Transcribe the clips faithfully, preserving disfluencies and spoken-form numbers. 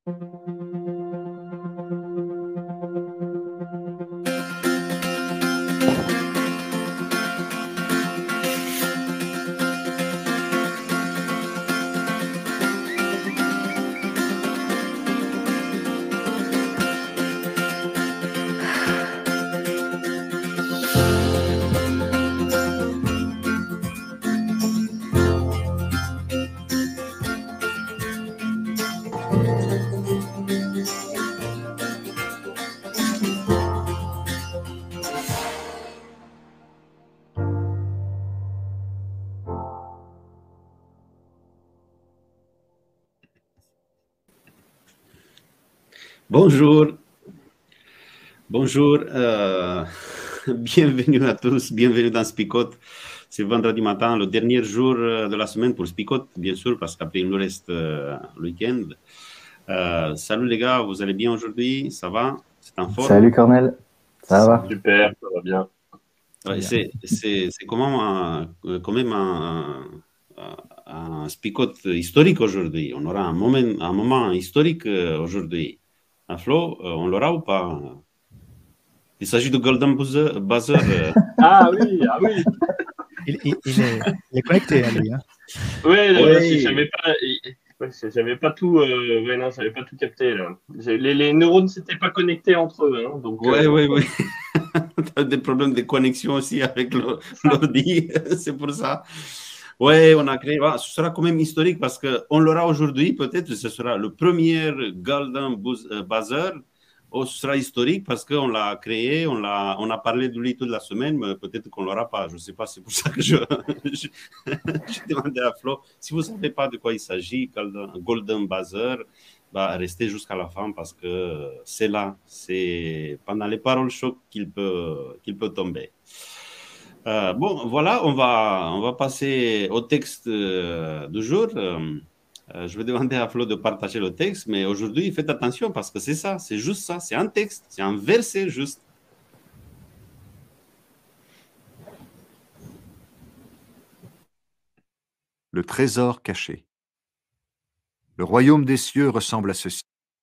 Bonjour, bonjour, euh, bienvenue à tous, bienvenue dans Spicote. C'est vendredi matin, le dernier jour de la semaine pour Spicote, bien sûr, parce qu'après il nous reste euh, le week-end. Euh, salut les gars, vous allez bien aujourd'hui? Ça va? C'est en forme? Salut Cornel, ça va? Super, ça va bien. Ouais, c'est c'est comment un, quand même un, un, un Spicote historique aujourd'hui. On aura un moment, un moment historique aujourd'hui. Un Flo, on l'aura ou pas? Il s'agit de Golden Buzzer. buzzer. Ah oui, ah oui. Il, il, il, est, il est connecté à lui. Hein. Ouais, oui, j'avais pas, j'avais pas tout, euh, ouais, non, j'avais pas tout capté là. Les, les neurones s'étaient pas connectés entre eux, hein, donc. Ouais, euh... ouais, ouais. T'as des problèmes de connexion aussi avec l'ordi, c'est pour ça. Ouais, on a créé. Ce sera quand même historique parce que on l'aura aujourd'hui. Peut-être ce sera le premier Golden Buzzer. Oh, ce sera historique parce qu'on l'a créé, on, l'a, on a parlé de lui toute la semaine, mais peut-être qu'on ne l'aura pas. Je ne sais pas, c'est pour ça que je, je, je demandais à Flo. Si vous ne savez pas de quoi il s'agit, Golden, Golden Buzzer, bah, restez jusqu'à la fin parce que c'est là, c'est pendant les paroles choc qu'il peut, qu'il peut tomber. Euh, bon, voilà, on va, on va passer au texte euh, du jour. Euh, je vais demander à Flo de partager le texte, mais aujourd'hui, faites attention parce que c'est ça, c'est juste ça, c'est un texte, c'est un verset juste. Le trésor caché. Le royaume des cieux ressemble à ceci.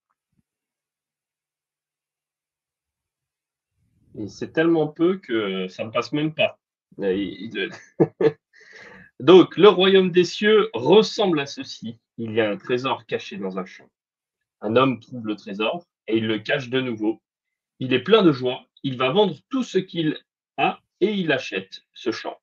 Et c'est tellement peu que ça ne passe même pas. Donc, le royaume des cieux ressemble à ceci. Il y a un trésor caché dans un champ. Un homme trouve le trésor et il le cache de nouveau. Il est plein de joie. Il va vendre tout ce qu'il a et il achète ce champ.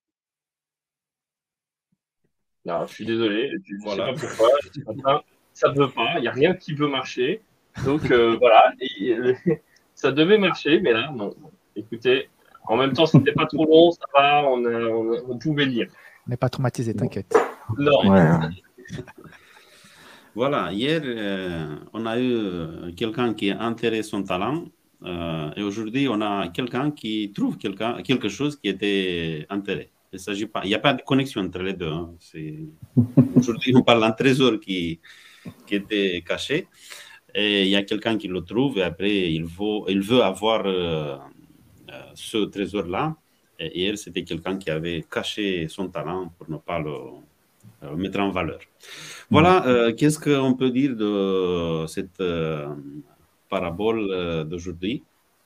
Non, je suis désolé, je ne voilà. sais pas pourquoi. Ce matin, ça ne veut pas. Il n'y a rien qui veut marcher. Donc, euh, voilà. Et, euh, ça devait marcher, mais là, non. Écoutez, en même temps, ce n'était pas trop long. Ça va, on, a, on, a, on pouvait lire. On n'est pas traumatisé, t'inquiète. Non. Ouais, ouais. Voilà, hier, euh, on a eu quelqu'un qui a enterré son talent. Euh, et aujourd'hui, on a quelqu'un qui trouve quelqu'un, quelque chose qui était enterré. Il s'agit pas, il n'y a pas de connexion entre les deux. Hein. Aujourd'hui, on parle d'un trésor qui, qui était caché. Et il y a quelqu'un qui le trouve et après, il veut, il veut avoir euh, euh, ce trésor-là. Et hier, c'était quelqu'un qui avait caché son talent pour ne pas le, le mettre en valeur. Voilà, euh, qu'est-ce qu'on peut dire de cette euh, parabole euh, d'aujourd'hui?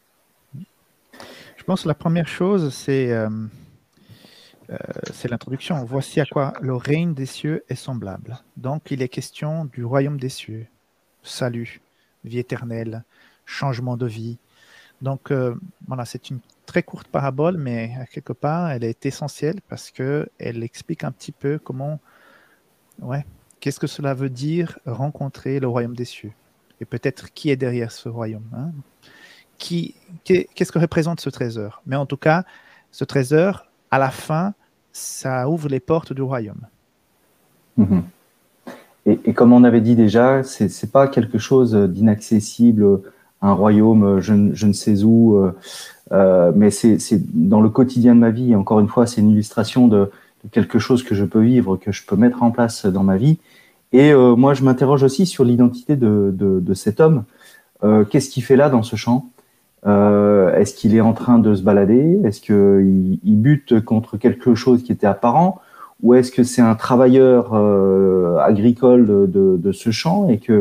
Je pense que la première chose, c'est euh, euh, c'est l'introduction. Voici à quoi le règne des cieux est semblable. Donc, il est question du royaume des cieux. Salut, vie éternelle, changement de vie. Donc, euh, voilà, c'est une très courte parabole, mais à quelque part, elle est essentielle parce qu'elle explique un petit peu comment, ouais, qu'est-ce que cela veut dire rencontrer le royaume des cieux et peut-être qui est derrière ce royaume. Hein? Qui, qu'est-ce que représente ce trésor? Mais en tout cas, ce trésor, à la fin, ça ouvre les portes du royaume. Mmh. Et, et comme on avait dit déjà, c'est c'est pas quelque chose d'inaccessible, un royaume, je, je ne sais où, euh, euh, mais c'est dans le quotidien de ma vie. Et encore une fois, c'est une illustration de, de quelque chose que je peux vivre, que je peux mettre en place dans ma vie. Et euh, moi, je m'interroge aussi sur l'identité de, de, de cet homme. Euh, Qu'est-ce qu'il fait là dans ce champ? euh, Est-ce qu'il est en train de se balader? Est-ce qu'il il bute contre quelque chose qui était apparent? Ou est-ce que c'est un travailleur euh, agricole de, de, de ce champ et que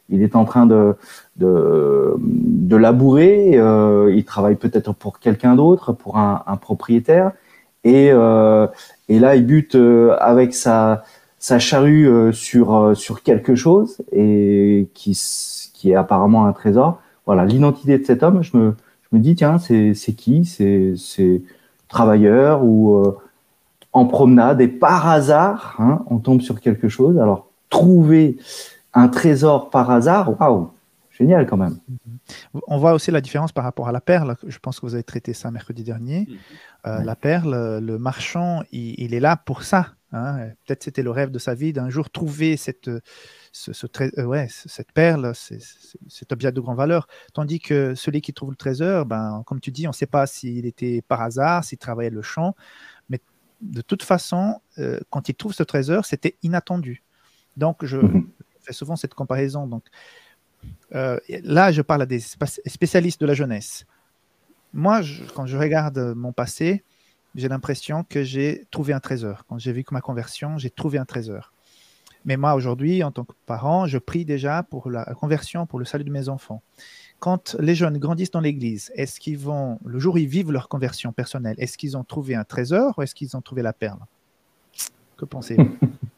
il est en train de, de, de labourer, euh, il travaille peut-être pour quelqu'un d'autre, pour un, un propriétaire, et, euh, et là il bute euh, avec sa, sa charrue euh, sur, euh, sur quelque chose, et qui, qui est apparemment un trésor. Voilà, l'identité de cet homme, je me, je me dis, tiens, c'est, c'est qui? C'est, c'est travailleur ou euh, en promenade, et par hasard, hein, on tombe sur quelque chose. Alors, trouver un trésor par hasard, waouh, génial quand même. On voit aussi la différence par rapport à la perle. Je pense que vous avez traité ça mercredi dernier. Mhm. Euh, Ouais. La perle, le marchand, il, il est là pour ça. Hein. Peut-être c'était le rêve de sa vie d'un jour trouver cette, ce, ce tré- euh, ouais, c- cette perle, c'est- c'est- cet objet de grande valeur. Tandis que celui qui trouve le trésor, ben, comme tu dis, on ne sait pas s'il était par hasard, s'il travaillait le champ. Mais de toute façon, euh, quand il trouve ce trésor, c'était inattendu. Donc, je, Mhm. je fais souvent cette comparaison. Donc, euh, là, je parle à des spa- spécialistes de la jeunesse. Moi, je- quand je regarde mon passé, j'ai l'impression que j'ai trouvé un trésor. Quand j'ai vécu ma conversion, j'ai trouvé un trésor. Mais moi, aujourd'hui, en tant que parent, je prie déjà pour la conversion, pour le salut de mes enfants. Quand les jeunes grandissent dans l'Église, est-ce qu'ils vont, le jour où ils vivent leur conversion personnelle, est-ce qu'ils ont trouvé un trésor ou est-ce qu'ils ont trouvé la perle? Que pensez-vous?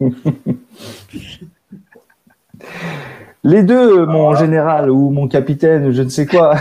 Les deux, mon général ou mon capitaine, je ne sais quoi.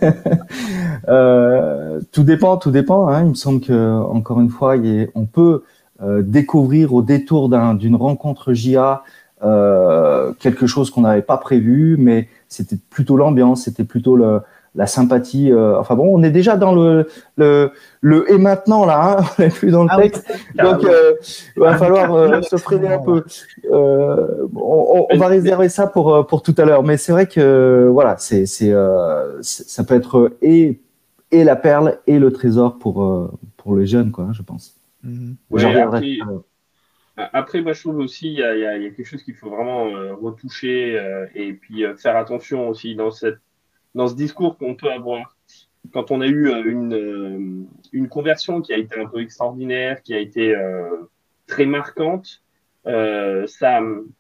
Euh, tout dépend, tout dépend. Hein. Il me semble que, encore une fois, il y a- on peut euh, découvrir au détour d'un, d'une rencontre J A euh, quelque chose qu'on n'avait pas prévu, mais c'était plutôt l'ambiance, c'était plutôt le, la sympathie. Euh, enfin bon, on est déjà dans le le, le et maintenant là, hein, on n'est plus dans le Ah oui, texte. Donc, euh, il va falloir euh, se freiner un peu. Euh, on, on va réserver ça pour pour tout à l'heure, mais c'est vrai que voilà, c'est c'est euh, c'est- ça peut être et et la perle et le trésor pour euh, pour les jeunes, quoi, je pense. Mhm. Ouais, J'en reviendrai après, tout à l'heure. après, moi, je trouve aussi il y a, il y a- il y a quelque chose qu'il faut vraiment euh, retoucher euh, et puis euh, faire attention aussi dans cette, dans ce discours qu'on peut avoir. Quand on a eu euh, une, euh, une conversion qui a été un peu extraordinaire, qui a été euh, très marquante, euh, ça,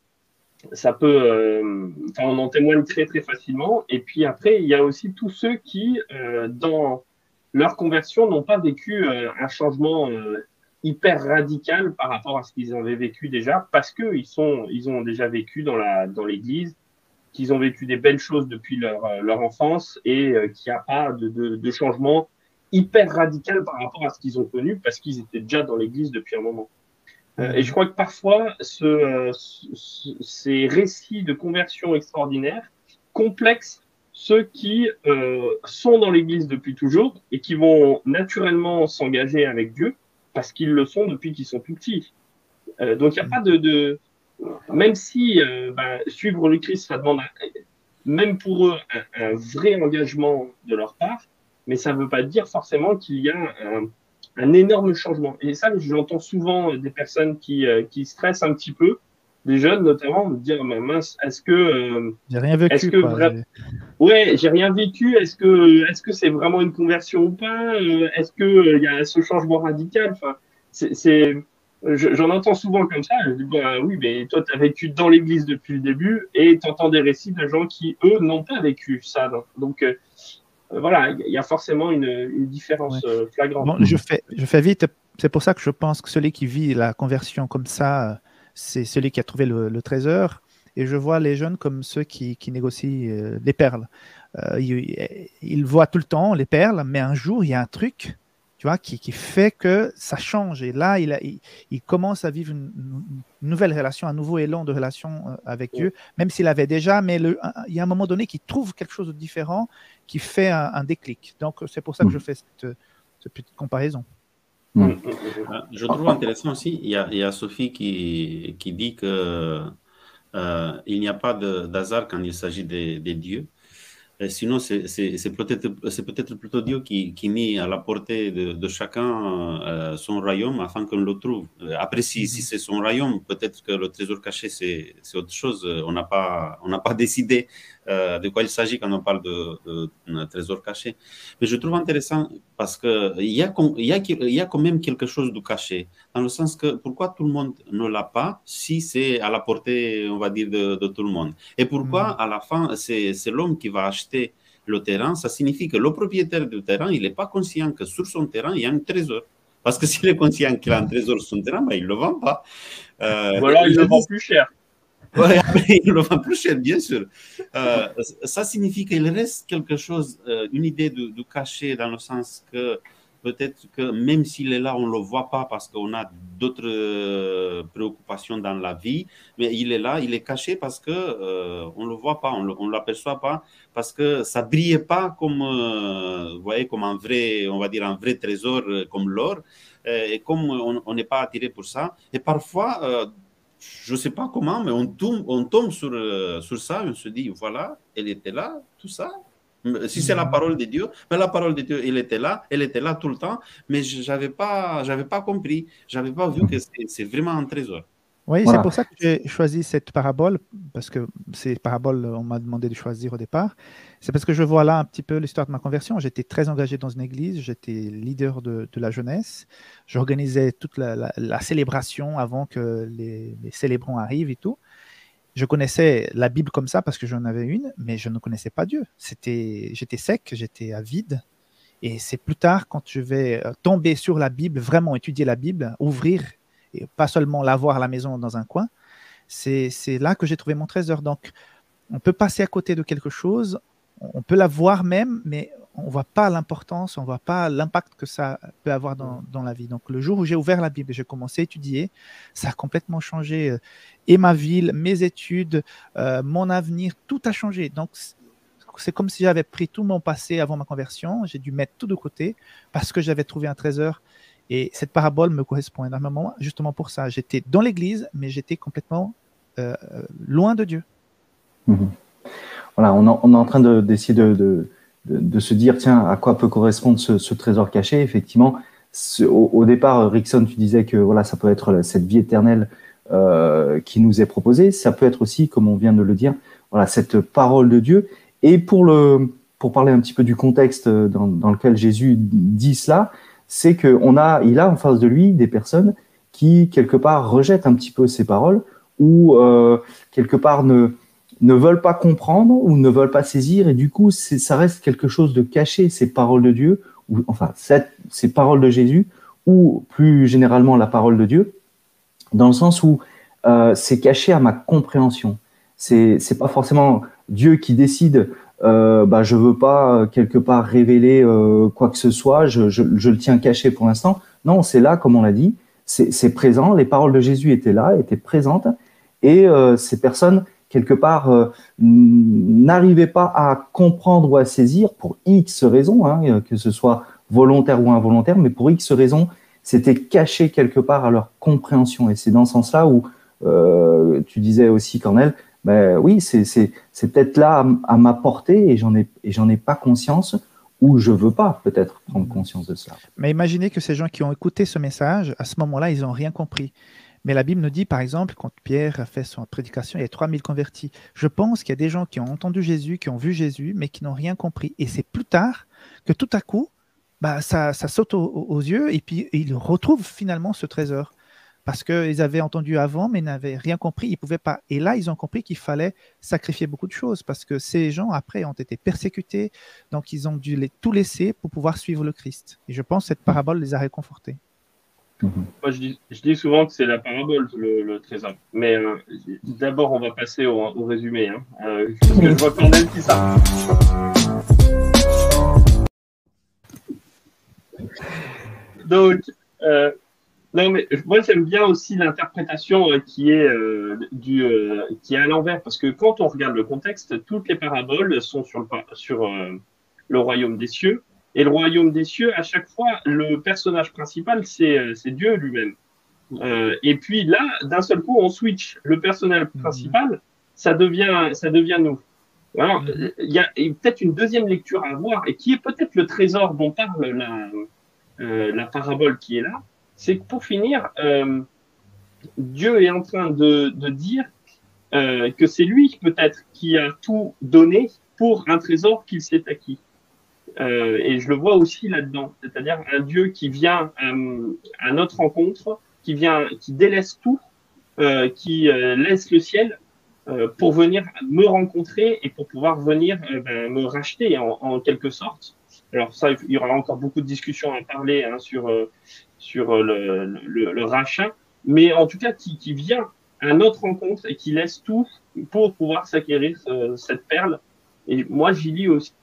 ça peut, euh, enfin, on en témoigne très très facilement. Et puis après, il y a aussi tous ceux qui, euh, dans leur conversion, n'ont pas vécu euh, un changement euh, hyper radical par rapport à ce qu'ils avaient vécu déjà, parce que ils sont, ils ont déjà vécu dans la, dans l'Église, qu'ils ont vécu des belles choses depuis leur, euh, leur enfance et euh, qu'il n'y a pas de, de, de changement hyper radical par rapport à ce qu'ils ont connu, parce qu'ils étaient déjà dans l'Église depuis un moment. Euh, et je crois que parfois, ce, euh, ce, ces récits de conversion extraordinaires complexent ceux qui euh, sont dans l'Église depuis toujours et qui vont naturellement s'engager avec Dieu parce qu'ils le sont depuis qu'ils sont tout petits. Euh, donc, il n'y a pas de, de... Même si euh, ben, suivre le Christ, ça demande, un, même pour eux, un, un vrai engagement de leur part, mais ça ne veut pas dire forcément qu'il y a un un énorme changement. Et ça, j'entends souvent des personnes qui, euh, qui stressent un petit peu, des jeunes notamment, me dire, mais mince, est-ce que... Euh, J'ai rien vécu. est-ce que Quoi. vra... Ouais, j'ai rien vécu, est-ce que est-ce que c'est vraiment une conversion ou pas? Est-ce qu'il euh, y a ce changement radical? Enfin, c'est, c'est... J'en entends souvent comme ça, je dis, bah oui, mais toi, tu as vécu dans l'église depuis le début, et tu entends des récits de gens qui, eux, n'ont pas vécu ça. Donc, euh, voilà, il y a forcément une, une différence ouais. flagrante. Bon, je fais, je fais vite. C'est pour ça que je pense que celui qui vit la conversion comme ça, c'est celui qui a trouvé le, le trésor. Et je vois les jeunes comme ceux qui, qui négocient euh, les perles. Euh, ils, ils voient tout le temps les perles, mais un jour, il y a un truc, tu vois, qui, qui fait que ça change. Et là, il, a, il, il commence à vivre une, une nouvelle relation, un nouveau élan de relation avec Dieu, même s'il avait déjà, mais le, il y a un moment donné qu'il trouve quelque chose de différent qui fait un, un déclic. Donc, c'est pour ça que je fais cette, cette petite comparaison. Mmh. Je trouve intéressant aussi, il y a, il y a Sophie qui, qui dit que euh, il n'y a pas de, d'hasard quand il s'agit des, des dieux. Et sinon, c'est, c'est, c'est, peut-être, c'est peut-être plutôt Dieu qui, qui met à la portée de, de chacun euh, son royaume afin qu'on le trouve. Après, si, mm-hmm. si c'est son royaume, peut-être que le trésor caché, c'est, c'est autre chose. On n'a pas, on n'a pas décidé euh, de quoi il s'agit quand on parle de, de, de trésor caché. Mais je trouve intéressant parce qu'il y, a, il y, a, il y a quand même quelque chose de caché, dans le sens que pourquoi tout le monde ne l'a pas si c'est à la portée, on va dire, de, de tout le monde. Et pourquoi, à la fin, c'est l'homme qui va acheter le terrain. Ça signifie que le propriétaire du terrain, il n'est pas conscient que sur son terrain, il y a un trésor. Parce que s'il est conscient qu'il a un trésor sur son terrain, ben, il ne le vend pas. Euh, ou alors il le vend plus cher. Ouais, il le vend plus cher, bien sûr. Euh, ça signifie qu'il reste quelque chose, euh, une idée de, de caché, dans le sens que peut-être que même s'il est là, on ne le voit pas parce qu'on a d'autres euh, préoccupations dans la vie, mais il est là, il est caché parce qu'on euh, ne le voit pas, on ne l'aperçoit pas, parce que ça ne brillait pas comme, euh, vous voyez, comme un vrai, on va dire, un vrai trésor, euh, comme l'or, euh, et comme on n'est pas attiré pour ça. Et parfois, euh, je ne sais pas comment, mais on tombe, on tombe sur, euh, sur ça, on se dit, voilà, elle était là, tout ça. Si c'est la parole de Dieu, mais la parole de Dieu, elle était là, elle était là tout le temps, mais je n'avais pas, j'avais pas compris, je n'avais pas vu que c'est vraiment un trésor. Oui, Voilà. c'est pour ça que j'ai choisi cette parabole, parce que ces paraboles, on m'a demandé de choisir au départ. C'est parce que je vois là un petit peu l'histoire de ma conversion. J'étais très engagé dans une église, j'étais leader de, de la jeunesse. J'organisais toute la, la, la célébration avant que les, les célébrants arrivent et tout. Je connaissais la Bible comme ça parce que j'en avais une, mais je ne connaissais pas Dieu. J'étais sec, j'étais avide. Et c'est plus tard, quand je vais tomber sur la Bible, vraiment étudier la Bible, ouvrir, et pas seulement l'avoir à la maison dans un coin, c'est là que j'ai trouvé mon trésor. Donc, on peut passer à côté de quelque chose, on peut la voir même, mais on ne voit pas l'importance, on ne voit pas l'impact que ça peut avoir dans, dans la vie. Donc, le jour où j'ai ouvert la Bible et j'ai commencé à étudier, ça a complètement changé. Euh, et ma ville, mes études, euh, mon avenir, tout a changé. Donc, c'est comme si j'avais pris tout mon passé avant ma conversion, j'ai dû mettre tout de côté parce que j'avais trouvé un trésor. Et cette parabole me correspond énormément justement pour ça. J'étais dans l'église, mais j'étais complètement euh, loin de Dieu. Mmh. Voilà, on, en, on est en train d'essayer de, de, de, de se dire, tiens, à quoi peut correspondre ce, ce trésor caché. Effectivement, ce, au, au départ, Rickson, tu disais que voilà, ça peut être cette vie éternelle euh, qui nous est proposée. Ça peut être aussi, comme on vient de le dire, voilà, cette parole de Dieu. Et pour, le, pour parler un petit peu du contexte dans, dans lequel Jésus dit cela, c'est qu'il a, il a en face de lui des personnes qui, quelque part, rejettent un petit peu ces paroles ou, euh, quelque part, ne, ne veulent pas comprendre ou ne veulent pas saisir. Et du coup, ça reste quelque chose de caché, ces paroles de Dieu, ou enfin, cette, ces paroles de Jésus, ou plus généralement la parole de Dieu, dans le sens où euh, c'est caché à ma compréhension. C'est c'est pas forcément Dieu qui décide, euh, bah, je veux pas quelque part révéler euh, quoi que ce soit, je, je, je le tiens caché pour l'instant. Non, c'est là, comme on l'a dit, c'est présent, les paroles de Jésus étaient là, étaient présentes, et euh, ces personnes, quelque part, euh, n'arrivaient pas à comprendre ou à saisir, pour X raisons, hein, que ce soit volontaire ou involontaire, mais pour X raisons, c'était caché quelque part à leur compréhension. Et c'est dans ce sens-là où, euh, tu disais aussi, Cornel, ben oui, c'est peut-être là à, à ma portée et j'en ai, et j'en ai pas conscience ou je veux pas peut-être prendre conscience de ça. Mais imaginez que ces gens qui ont écouté ce message, à ce moment-là, ils n'ont rien compris. Mais la Bible nous dit, par exemple, quand Pierre a fait son prédication, il y a trois mille convertis. Je pense qu'il y a des gens qui ont entendu Jésus, qui ont vu Jésus, mais qui n'ont rien compris. Et c'est plus tard que tout à coup, bah, ça, ça saute aux, aux yeux et puis ils retrouvent finalement ce trésor. Parce qu'ils avaient entendu avant, mais n'avaient rien compris, ils pouvaient pas. Et là, ils ont compris qu'il fallait sacrifier beaucoup de choses, parce que ces gens, après, ont été persécutés, donc ils ont dû les, tout laisser pour pouvoir suivre le Christ. Et je pense que cette parabole les a réconfortés. Moi, je dis, je dis souvent que c'est la parabole, le, le trésor. Mais euh, d'abord, on va passer au, au résumé. Hein, euh, parce que je vois Cornel qui ça. Donc, euh, non, mais moi j'aime bien aussi l'interprétation euh, qui est euh, du euh, qui est à l'envers, parce que quand on regarde le contexte, toutes les paraboles sont sur le sur euh, le royaume des cieux, et le royaume des cieux, à chaque fois, le personnage principal c'est c'est Dieu lui-même. Euh, et puis là, d'un seul coup, on switch. Le personnage principal, ça devient ça devient nous. Alors, il y a peut-être une deuxième lecture à avoir, et qui est peut-être le trésor dont parle la euh, la parabole qui est là. C'est que pour finir, euh, Dieu est en train de, de dire euh, que c'est lui peut-être qui a tout donné pour un trésor qu'il s'est acquis. Euh, et je le vois aussi là-dedans, c'est-à-dire un Dieu qui vient euh, à notre rencontre, qui vient, qui délaisse tout, euh, qui euh, laisse le ciel euh, pour venir me rencontrer et pour pouvoir venir euh, ben, me racheter en, en quelque sorte. Alors ça, il y aura encore beaucoup de discussions à parler hein, sur euh, sur le, le, le rachat, mais en tout cas qui, qui vient à notre rencontre et qui laisse tout pour pouvoir s'acquérir euh, cette perle. Et moi, j'y lis aussi.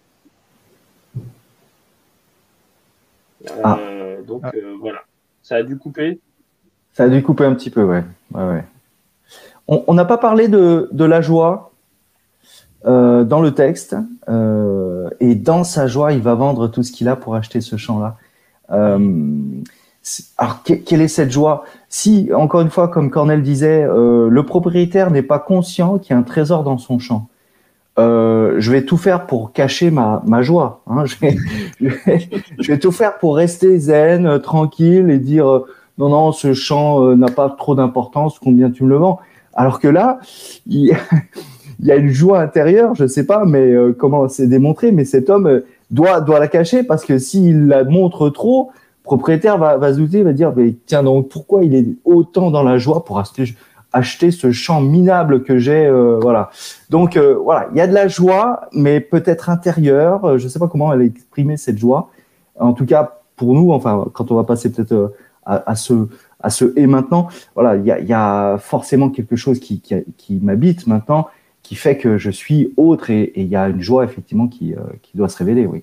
Ah. Euh, donc euh, voilà, ça a dû couper. Ça a dû couper un petit peu, ouais. ouais, ouais. On n'a pas parlé de, de la joie euh, dans le texte, euh, et dans sa joie, il va vendre tout ce qu'il a pour acheter ce champ-là. Euh, alors, que, quelle est cette joie? Si, encore une fois, comme Cornel disait, euh, le propriétaire n'est pas conscient qu'il y a un trésor dans son champ. Euh, je vais tout faire pour cacher ma, ma joie. Hein. Je, vais, je, vais, je vais tout faire pour rester zen, euh, tranquille et dire euh, non, non, ce champ euh, n'a pas trop d'importance, combien tu me le vends. Alors que là, il, il y a une joie intérieure, je ne sais pas mais euh, comment c'est démontré, mais cet homme euh, doit, doit la cacher parce que s'il la montre trop, le propriétaire va, va se douter, va dire mais tiens donc pourquoi il est autant dans la joie pour acheter acheter ce champ minable que j'ai, euh, voilà. Donc euh, voilà, il y a de la joie, mais peut-être intérieure. Je ne sais pas comment elle exprimer cette joie. En tout cas, pour nous, enfin, quand on va passer peut-être euh, à, à ce à ce et maintenant, voilà, il y a, y a forcément quelque chose qui qui, qui m'habite maintenant, qui fait que je suis autre et il y a une joie effectivement qui euh, qui doit se révéler, oui.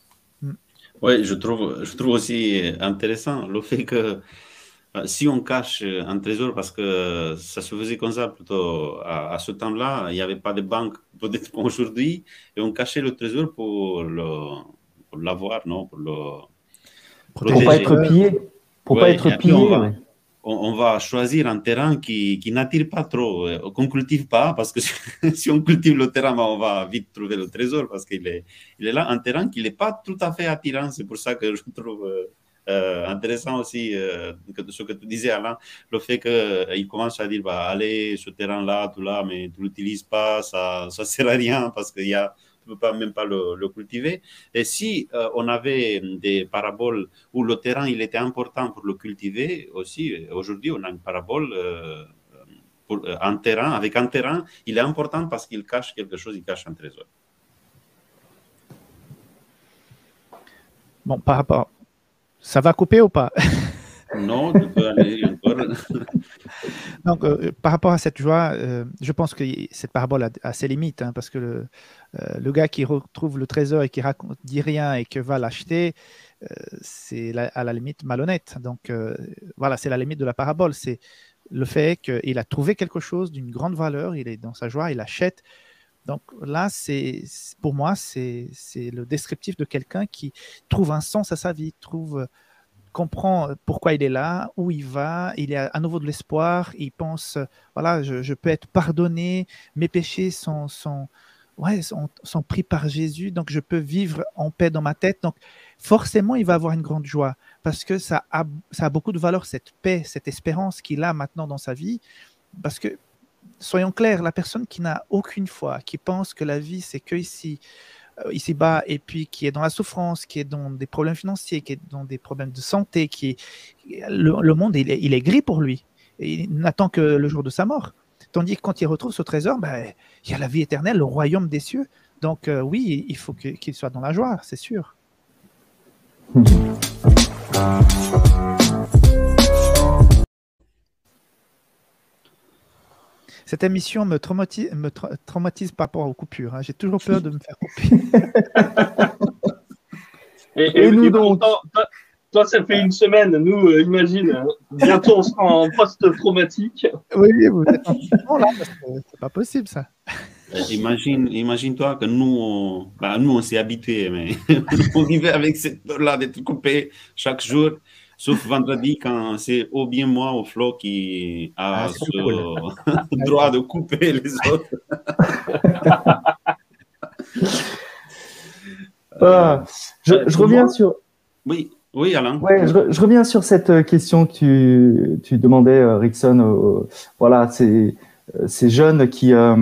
Oui, je trouve je trouve aussi intéressant le fait que si on cache un trésor, parce que ça se faisait comme ça plutôt à, à ce temps-là, il n'y avait pas de banque peut-être comme aujourd'hui, et on cachait le trésor pour le pour l'avoir, non, pour le protéger. Pour pas être pillé, pour ouais, pas être pillé. On va, ouais. on, on va choisir un terrain qui, qui n'attire pas trop, qu'on cultive pas, parce que si on cultive le terrain, on va vite trouver le trésor parce qu'il est il est là, un terrain qui n'est pas tout à fait attirant. C'est pour ça que je trouve Euh, intéressant aussi euh, que, ce que tu disais Alain, le fait qu'il euh, commence à dire bah, allez ce terrain là tout là mais tu l'utilises pas, ça ça sert à rien parce que y a, tu peux pas même pas le, le cultiver. Et si euh, on avait des paraboles où le terrain il était important pour le cultiver aussi, aujourd'hui on a une parabole euh, pour euh, un terrain, avec un terrain il est important parce qu'il cache quelque chose, il cache un trésor. Bon, par rapport ça va couper ou pas? Non, tu peux aller encore. Donc, euh, par rapport à cette joie, euh, je pense que cette parabole a, a ses limites, hein, parce que le, euh, le gars qui retrouve le trésor et qui raconte, dit rien et qui va l'acheter, euh, c'est la, à la limite malhonnête. Donc, euh, voilà, c'est la limite de la parabole. C'est le fait qu'il a trouvé quelque chose d'une grande valeur, il est dans sa joie, il achète. Donc là, c'est, pour moi, c'est, c'est le descriptif de quelqu'un qui trouve un sens à sa vie, trouve, comprend pourquoi il est là, où il va, il a à nouveau de l'espoir, il pense, voilà, je, je peux être pardonné, mes péchés sont, sont, ouais, sont, sont pris par Jésus, donc je peux vivre en paix dans ma tête. Donc forcément, il va avoir une grande joie parce que ça a, ça a beaucoup de valeur, cette paix, cette espérance qu'il a maintenant dans sa vie, parce que soyons clairs, la personne qui n'a aucune foi, qui pense que la vie, c'est que ici, euh, ici-bas, et puis qui est dans la souffrance, qui est dans des problèmes financiers, qui est dans des problèmes de santé, qui est... le, le monde, il est, il est gris pour lui. Et il n'attend que le jour de sa mort. Tandis que quand il retrouve ce trésor, ben, il y a la vie éternelle, le royaume des cieux. Donc euh, oui, il faut que, qu'il soit dans la joie, c'est sûr. Cette émission me traumatise, me tra- traumatise par rapport aux coupures. Hein. J'ai toujours peur de me faire couper. et, et, et nous et donc pourtant, toi, toi, ça fait une semaine. Nous, euh, imagine, hein, bientôt on sera en post-traumatique. Oui, vous êtes en là, parce que c'est pas possible ça. Imagine, imagine-toi que nous, on, bah, nous, on s'est habitués, mais on vivait avec cette peur-là d'être coupé chaque jour. Sauf vendredi, quand c'est ou bien moi ou Flo qui a ah, ce cool. droit de couper les autres. euh, je, je reviens sur. Oui, oui, Alain. Ouais, je, je reviens sur cette question que tu, tu demandais, Rickson. Euh, voilà, c'est ces jeunes qui, euh,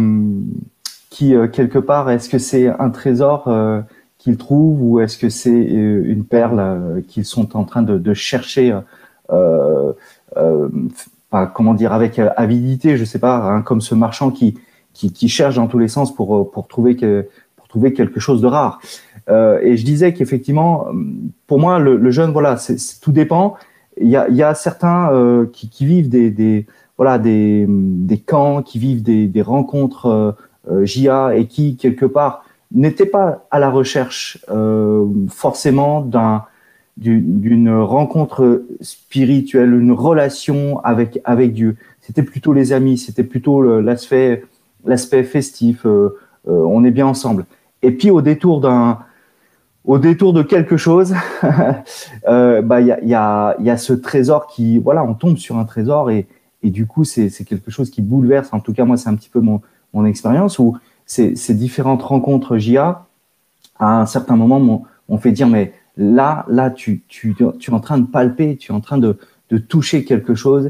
qui euh, quelque part, est-ce que c'est un trésor euh, qu'ils trouvent ou est-ce que c'est une perle euh, qu'ils sont en train de, de chercher euh, euh, pas, comment dire, avec avidité, je sais pas, hein, comme ce marchand qui, qui, qui cherche dans tous les sens pour, pour, trouver, que, pour trouver quelque chose de rare. Euh, et je disais qu'effectivement, pour moi, le, le jeune, voilà, c'est, c'est, tout dépend. Il y a, il y a certains euh, qui, qui vivent des, des, voilà, des, des camps, qui vivent des, des rencontres euh, J A et qui, quelque part, n'étaient pas à la recherche euh, forcément d'un, d'une rencontre spirituelle, une relation avec, avec Dieu. C'était plutôt les amis, c'était plutôt l'aspect, l'aspect festif, euh, euh, on est bien ensemble. Et puis au détour d'un, au détour de quelque chose, euh, bah il y a, y a, y a ce trésor qui, voilà, on tombe sur un trésor et, et du coup c'est, c'est quelque chose qui bouleverse. En tout cas moi c'est un petit peu mon, mon expérience où ces, ces différentes rencontres J A, à un certain moment, m'ont, m'ont fait dire mais là, là tu, tu, tu es en train de palper, tu es en train de, de toucher quelque chose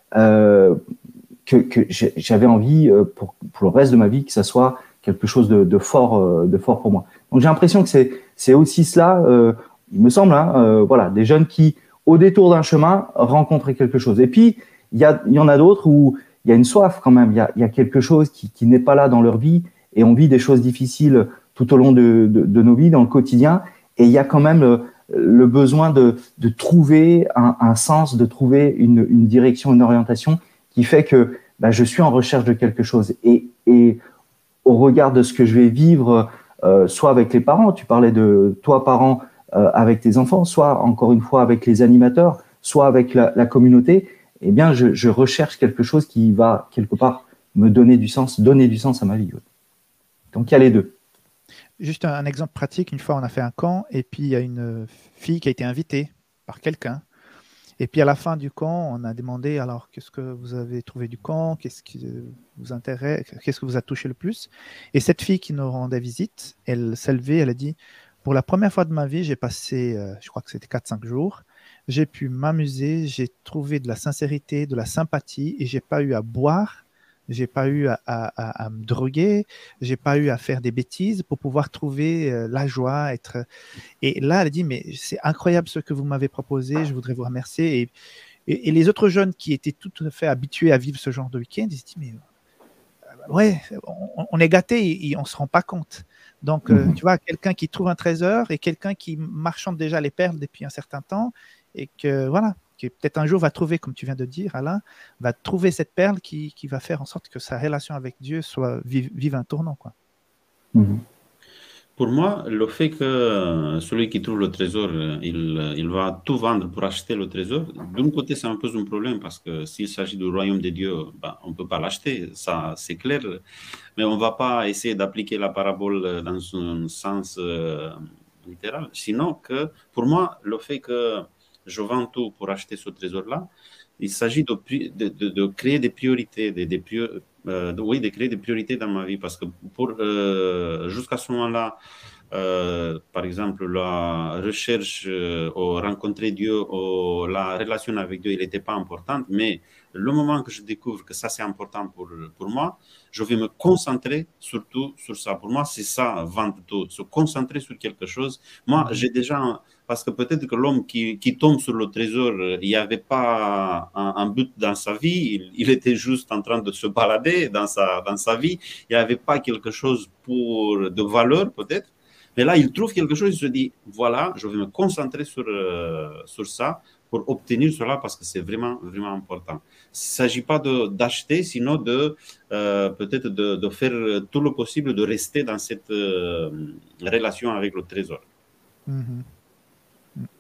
euh, que, que j'avais envie pour, pour le reste de ma vie que ça soit quelque chose de, de fort, de fort pour moi. Donc j'ai l'impression que c'est, c'est aussi cela, euh, il me semble, hein, euh, voilà, des jeunes qui, au détour d'un chemin, rencontrent quelque chose. Et puis il y a, il y en a d'autres où il y a une soif quand même, il y a, il y a quelque chose qui, qui n'est pas là dans leur vie et on vit des choses difficiles tout au long de, de, de nos vies, dans le quotidien, et il y a quand même le, le besoin de, de trouver un, un sens, de trouver une, une direction, une orientation qui fait que bah, je suis en recherche de quelque chose. Et, et au regard de ce que je vais vivre, euh, soit avec les parents, tu parlais de toi parent euh, avec tes enfants, soit encore une fois avec les animateurs, soit avec la, la communauté, eh bien je, je recherche quelque chose qui va quelque part me donner du sens, donner du sens à ma vie. Donc il y a les deux. Juste un, un exemple pratique, une fois on a fait un camp et puis il y a une fille qui a été invitée par quelqu'un. Et puis à la fin du camp, on a demandé alors qu'est-ce que vous avez trouvé du camp, qu'est-ce qui vous intéresse, qu'est-ce que vous a touché le plus. Et cette fille qui nous rendait visite, elle s'est levée, elle a dit pour la première fois de ma vie, j'ai passé, euh, je crois que c'était quatre cinq jours, j'ai pu m'amuser, j'ai trouvé de la sincérité, de la sympathie et j'ai pas eu à boire. J'ai pas eu à, à, à me droguer, j'ai pas eu à faire des bêtises pour pouvoir trouver euh, la joie, être. Et là, elle a dit mais c'est incroyable ce que vous m'avez proposé, je voudrais vous remercier. Et, et, et les autres jeunes qui étaient tout à fait habitués à vivre ce genre de week-end, ils se disent mais euh, ouais, on, on est gâtés et, et on se rend pas compte. Donc euh, mm-hmm. tu vois, quelqu'un qui trouve un trésor et quelqu'un qui marchande déjà les perles depuis un certain temps et que voilà. Qui peut-être un jour va trouver, comme tu viens de dire, Alain, va trouver cette perle qui, qui va faire en sorte que sa relation avec Dieu soit vive, vive un tournant, quoi. Mmh. Pour moi, le fait que celui qui trouve le trésor, il, il va tout vendre pour acheter le trésor, d'un côté, ça me pose un problème parce que s'il s'agit du royaume de Dieu, ben, on ne peut pas l'acheter, ça c'est clair, mais on ne va pas essayer d'appliquer la parabole dans un sens euh, littéral. Sinon, que, pour moi, le fait que je vends tout pour acheter ce trésor-là, il s'agit de, de, de, de créer des priorités, des, des priori, euh, de, oui, de créer des priorités dans ma vie, parce que pour, euh, jusqu'à ce moment-là, euh, par exemple, la recherche euh, ou rencontrer Dieu ou la relation avec Dieu, il n'était pas importante, mais le moment que je découvre que ça c'est important pour, pour moi, je vais me concentrer surtout sur ça. Pour moi, c'est ça, vendre tout, se concentrer sur quelque chose. Moi, j'ai déjà, parce que peut-être que l'homme qui, qui tombe sur le trésor, il n'y avait pas un, un but dans sa vie, il, il était juste en train de se balader dans sa, dans sa vie, il n'y avait pas quelque chose pour, de valeur peut-être. Mais là, il trouve quelque chose, il se dit, voilà, je vais me concentrer sur, euh, sur ça pour obtenir cela parce que c'est vraiment, vraiment important. Il ne s'agit pas de, d'acheter, sinon de euh, peut-être de, de faire tout le possible de rester dans cette euh, relation avec le trésor. Mm-hmm.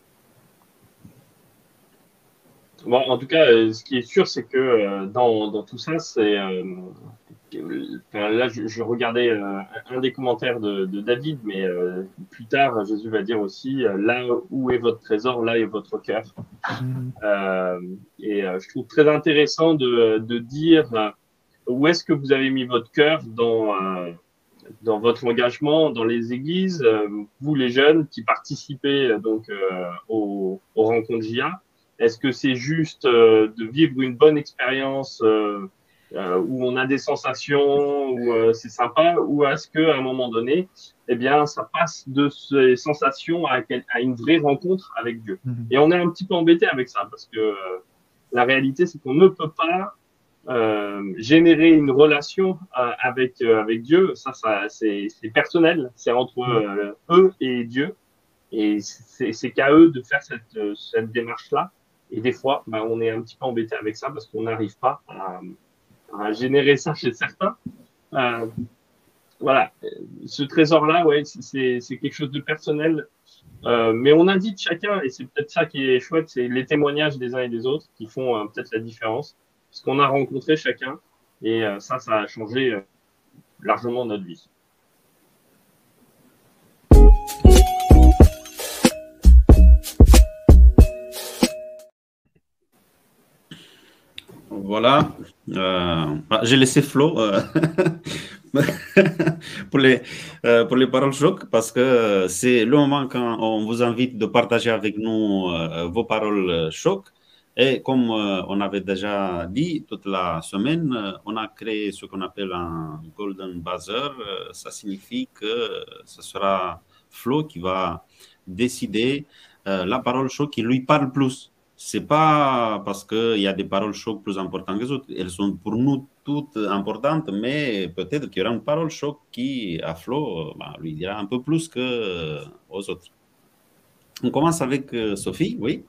Bon, en tout cas, euh, ce qui est sûr, c'est que euh, dans, dans tout ça, c'est... Euh, Enfin, là, je, je regardais euh, un des commentaires de, de David, mais euh, plus tard, Jésus va dire aussi euh, là où est votre trésor, là est votre cœur. Mmh. Euh, et euh, je trouve très intéressant de, de dire euh, où est-ce que vous avez mis votre cœur dans, euh, dans votre engagement dans les églises, euh, vous les jeunes qui participez donc euh, aux, aux rencontres J A. Est-ce que c'est juste euh, de vivre une bonne expérience euh, euh, où on a des sensations, où euh, c'est sympa, ou est-ce qu'à un moment donné, eh bien, ça passe de ces sensations à, à une vraie rencontre avec Dieu. Mm-hmm. Et on est un petit peu embêté avec ça, parce que euh, la réalité, c'est qu'on ne peut pas euh, générer une relation euh, avec, euh, avec Dieu. Ça, ça c'est personnel, c'est entre euh, eux et Dieu. Et c'est qu'à eux de faire cette, cette démarche-là. Et des fois, bah, on est un petit peu embêté avec ça parce qu'on n'arrive pas à, à générer ça chez certains. Euh, voilà, ce trésor-là, ouais, c'est quelque chose de personnel. Euh, mais on invite chacun, et c'est peut-être ça qui est chouette, c'est les témoignages des uns et des autres qui font euh, peut-être la différence. Parce qu'on a rencontré chacun, et euh, ça, ça a changé euh, largement notre vie. Voilà, euh, j'ai laissé Flo euh, pour, les, euh, pour les paroles choc parce que c'est le moment quand on vous invite de partager avec nous euh, vos paroles choc. Et comme euh, on avait déjà dit toute la semaine, euh, on a créé ce qu'on appelle un golden buzzer. Euh, ça signifie que ce sera Flo qui va décider euh, la parole choc qui lui parle plus. C'est pas parce qu'il y a des paroles choc plus importantes que les autres. Elles sont pour nous toutes importantes, mais peut-être qu'il y aura une parole choc qui, à Flo, bah, lui dira un peu plus qu'aux autres. On commence avec euh, Sophie, oui.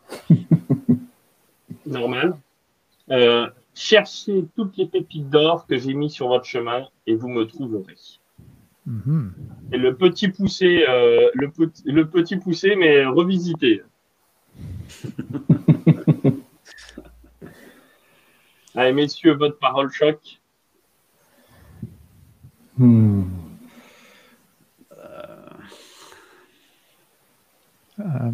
Normal. Euh, cherchez toutes les pépites d'or que j'ai mis sur votre chemin et vous me trouverez. Mm-hmm. Et le petit poussé, euh, le, petit, le petit poussé, mais revisité. Allez, messieurs, votre parole choc. Hmm. Euh...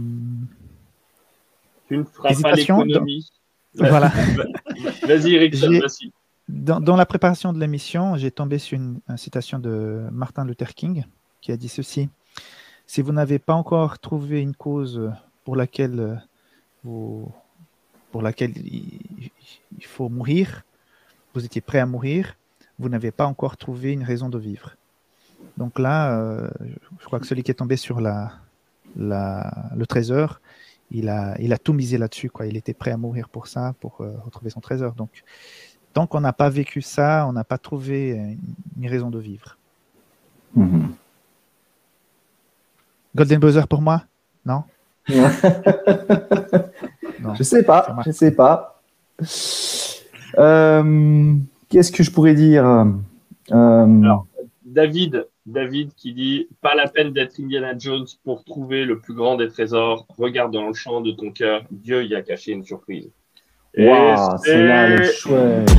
Tu ne feras pas l'économie. Dans... Voilà. Vas-y, Eric. Vas-y. Dans, dans la préparation de l'émission, j'ai tombé sur une, une citation de Martin Luther King qui a dit ceci. Si vous n'avez pas encore trouvé une cause pour laquelle, vous, pour laquelle il, il faut mourir, vous étiez prêt à mourir, vous n'avez pas encore trouvé une raison de vivre. Donc là, euh, je crois que celui qui est tombé sur la, la, le trésor, il a, il a tout misé là-dessus, quoi. Il était prêt à mourir pour ça, pour euh, retrouver son trésor. Donc, tant qu'on n'a pas vécu ça, on n'a pas trouvé une, une raison de vivre. Mm-hmm. Golden Buzzer pour moi? Non? Non. Je sais pas, je sais pas. Euh, Qu'est-ce que je pourrais dire? euh... Alors, David, David qui dit « Pas la peine d'être Indiana Jones pour trouver le plus grand des trésors. Regarde dans le champ de ton cœur. Dieu y a caché une surprise. » Waouh, c'est là le chouette.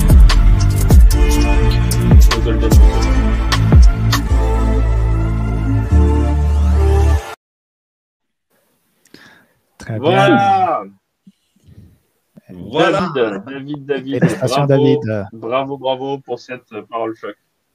Très voilà. bien. Voilà. David, David, David. Bravo, David. bravo, bravo pour cette parole choc.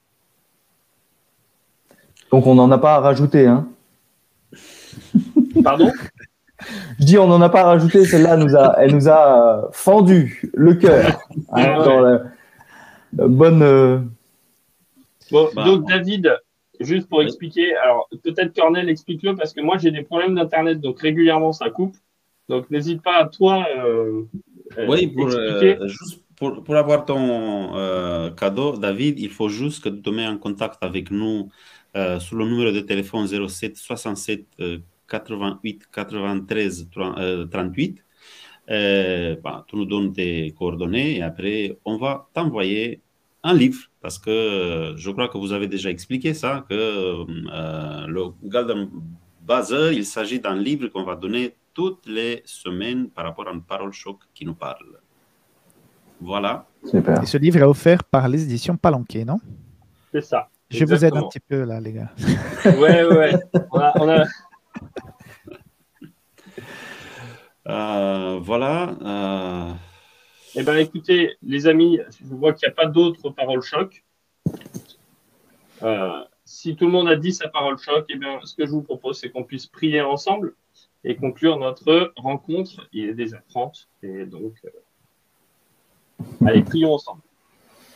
Donc, on n'en a pas à rajouter, hein? Pardon? Je dis, on n'en a pas à rajouter. Celle-là, nous a, elle nous a fendu le cœur. Hein, ouais. Dans la, la bonne. Euh... Bon, bah, donc, David, juste pour expliquer, alors peut-être Cornel, explique-le parce que moi, j'ai des problèmes d'Internet, donc régulièrement, ça coupe. Donc, n'hésite pas à toi. Euh, oui, pour, euh, juste pour, pour avoir ton euh, cadeau, David, il faut juste que tu te mets en contact avec nous. Euh, sur le numéro de téléphone zéro sept soixante-sept quatre-vingt-huit quatre-vingt-treize trente-huit. Euh, bah, tu nous donnes tes coordonnées et après, on va t'envoyer un livre parce que euh, je crois que vous avez déjà expliqué ça, que euh, le Golden Buzzer, il s'agit d'un livre qu'on va donner toutes les semaines par rapport à une parole choc qui nous parle. Voilà. Super. Et ce livre est offert par les éditions Palanquet, non? C'est ça. Je Exactement. vous aide un petit peu là, les gars. Ouais, ouais. On a, on a... Euh, voilà. Euh... Eh bien, écoutez, les amis, je vois qu'il n'y a pas d'autres paroles choc. Euh, si tout le monde a dit sa parole choc, eh bien, ce que je vous propose, c'est qu'on puisse prier ensemble et conclure notre rencontre. Il est déjà trente. Et donc, euh... allez, prions ensemble.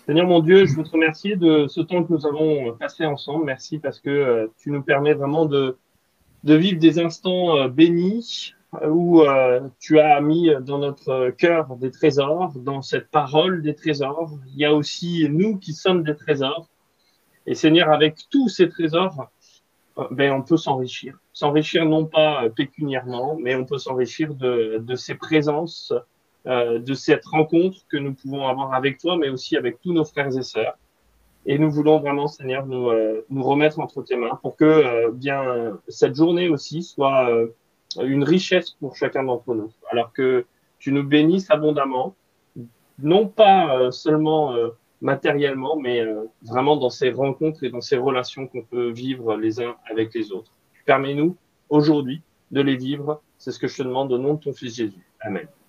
Seigneur mon Dieu, je veux te remercier de ce temps que nous avons passé ensemble. Merci parce que euh, tu nous permets vraiment de, de vivre des instants euh, bénis où euh, tu as mis dans notre cœur des trésors, dans cette parole des trésors. Il y a aussi nous qui sommes des trésors. Et Seigneur, avec tous ces trésors, euh, ben, on peut s'enrichir. S'enrichir non pas euh, pécuniairement, mais on peut s'enrichir de, de ces présences, euh, de cette rencontre que nous pouvons avoir avec toi, mais aussi avec tous nos frères et sœurs. Et nous voulons vraiment, Seigneur, nous, euh, nous remettre entre tes mains pour que euh, bien cette journée aussi soit euh, une richesse pour chacun d'entre nous. Alors que tu nous bénisses abondamment, non pas euh, seulement euh, matériellement, mais euh, vraiment dans ces rencontres et dans ces relations qu'on peut vivre les uns avec les autres. Permets-nous aujourd'hui de les vivre. C'est ce que je te demande au nom de ton Fils Jésus. Amen.